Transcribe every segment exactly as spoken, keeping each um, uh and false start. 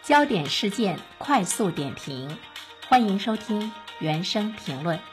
焦点事件快速点评，欢迎收听原声评论。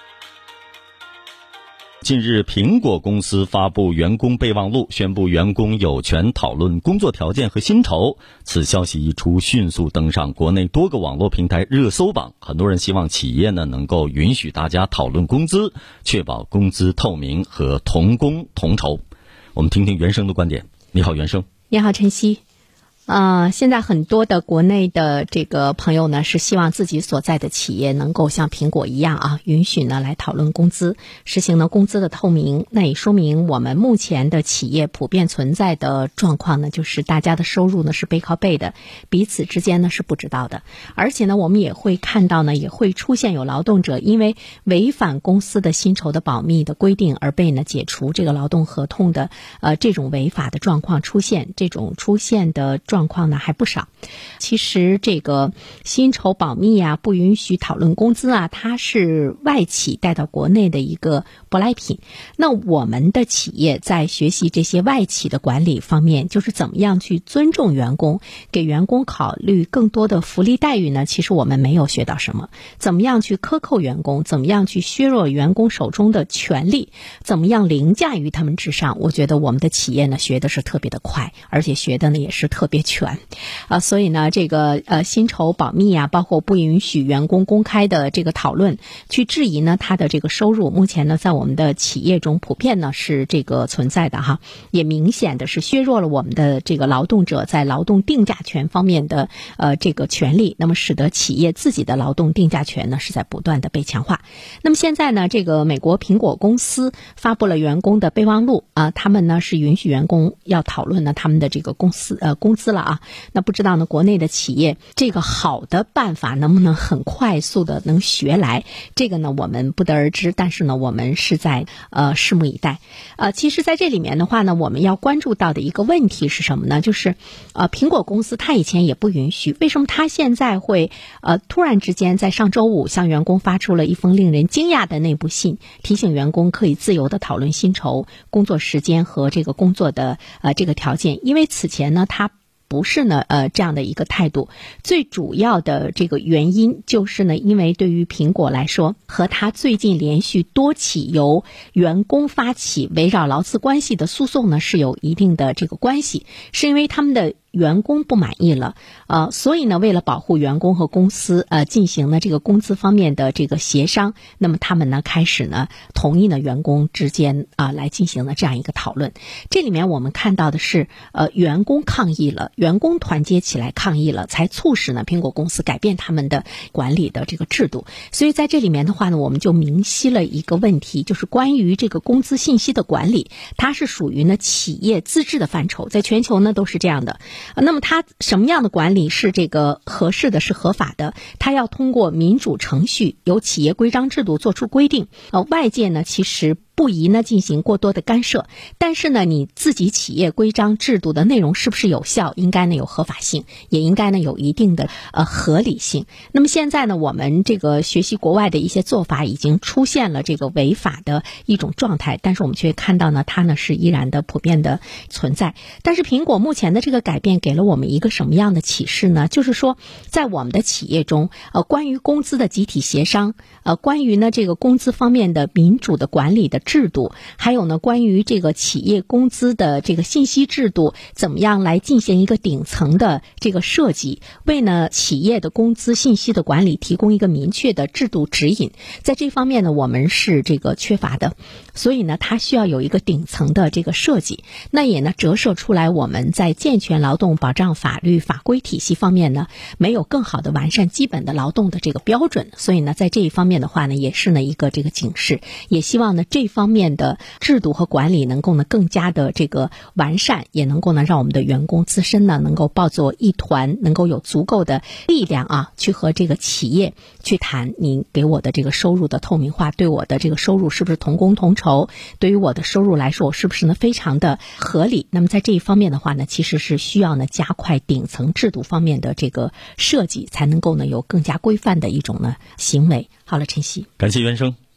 近日，苹果公司发布员工备忘录，宣布员工有权讨论工作条件和薪酬。此消息一出，迅速登上国内多个网络平台热搜榜。很多人希望企业呢能够允许大家讨论工资，确保工资透明和同工同酬。我们听听原生的观点。你好，原生。 你好，晨曦。呃，现在很多的国内的这个朋友呢，是希望自己所在的企业能够像苹果一样啊，允许呢来讨论工资，实行呢工资的透明。那也说明我们目前的企业普遍存在的状况呢，就是大家的收入呢是背靠背的，彼此之间呢是不知道的。而且呢，我们也会看到呢，也会出现有劳动者因为违反公司的薪酬的保密的规定而被呢解除这个劳动合同的呃这种违法的状况出现，这种出现的状况呢还不少。其实这个薪酬保密啊，不允许讨论工资啊，它是外企带到国内的一个舶来品。那我们的企业在学习这些外企的管理方面，就是怎么样去尊重员工，给员工考虑更多的福利待遇呢？其实我们没有学到什么。怎么样去克扣员工，怎么样去削弱员工手中的权利，怎么样凌驾于他们之上，我觉得我们的企业呢学的是特别的快，而且学的呢也是特别全啊，所以呢，这个呃薪酬保密啊，包括不允许员工公开的这个讨论，去质疑呢他的这个收入，目前呢在我们的企业中普遍呢是这个存在的哈，也明显的是削弱了我们的这个劳动者在劳动定价权方面的呃这个权利，那么使得企业自己的劳动定价权呢是在不断的被强化。那么现在呢，这个美国苹果公司发布了员工的备忘录啊，他们呢是允许员工要讨论呢他们的这个公司呃工资了啊。那不知道呢，国内的企业这个好的办法能不能很快速的能学来？这个呢，我们不得而知。但是呢，我们是在呃拭目以待。呃，其实在这里面的话呢，我们要关注到的一个问题是什么呢？就是呃，苹果公司它以前也不允许，为什么它现在会呃突然之间在上周五向员工发出了一封令人惊讶的内部信，提醒员工可以自由的讨论薪酬、工作时间和这个工作的呃这个条件？因为此前呢，它不是呢，呃，这样的一个态度。最主要的这个原因就是呢，因为对于苹果来说，和它最近连续多起由员工发起围绕劳资关系的诉讼呢，是有一定的这个关系，是因为他们的员工不满意了，呃，所以呢，为了保护员工和公司，呃，进行了这个工资方面的这个协商，那么他们呢开始呢同意呢员工之间啊、呃、来进行了这样一个讨论。这里面我们看到的是，呃，员工抗议了，员工团结起来抗议了，才促使呢苹果公司改变他们的管理的这个制度。所以在这里面的话呢，我们就明晰了一个问题，就是关于这个工资信息的管理，它是属于呢企业自治的范畴，在全球呢都是这样的。那么它什么样的管理是这个合适的，是合法的？它要通过民主程序，由企业规章制度做出规定。呃，外界呢其实不宜呢进行过多的干涉，但是呢，你自己企业规章制度的内容是不是有效，应该呢有合法性，也应该呢有一定的呃合理性。那么现在呢，我们这个学习国外的一些做法已经出现了这个违法的一种状态，但是我们却看到呢，它呢是依然的普遍的存在。但是苹果目前的这个改变给了我们一个什么样的启示呢？就是说，在我们的企业中，呃，关于工资的集体协商，呃，关于呢这个工资方面的民主的管理的制度，还有呢关于这个企业工资的这个信息制度，怎么样来进行一个顶层的这个设计，为呢企业的工资信息的管理提供一个明确的制度指引。在这方面呢，我们是这个缺乏的，所以呢它需要有一个顶层的这个设计。那也呢折射出来我们在健全劳动保障法律法规体系方面呢，没有更好的完善基本的劳动的这个标准。所以呢在这一方面的话呢，也是呢一个这个警示，也希望呢这方面的制度和管理能够呢更加的这个完善，也能够呢让我们的员工自身呢能够抱作一团，能够有足够的力量啊，去和这个企业去谈，你给我的这个收入的透明化，对我的这个收入是不是同工同酬，对于我的收入来说，我是不是呢非常的合理。那么在这一方面的话呢，其实是需要呢加快顶层制度方面的这个设计，才能够呢有更加规范的一种呢行为。好了，晨曦， 感谢原生。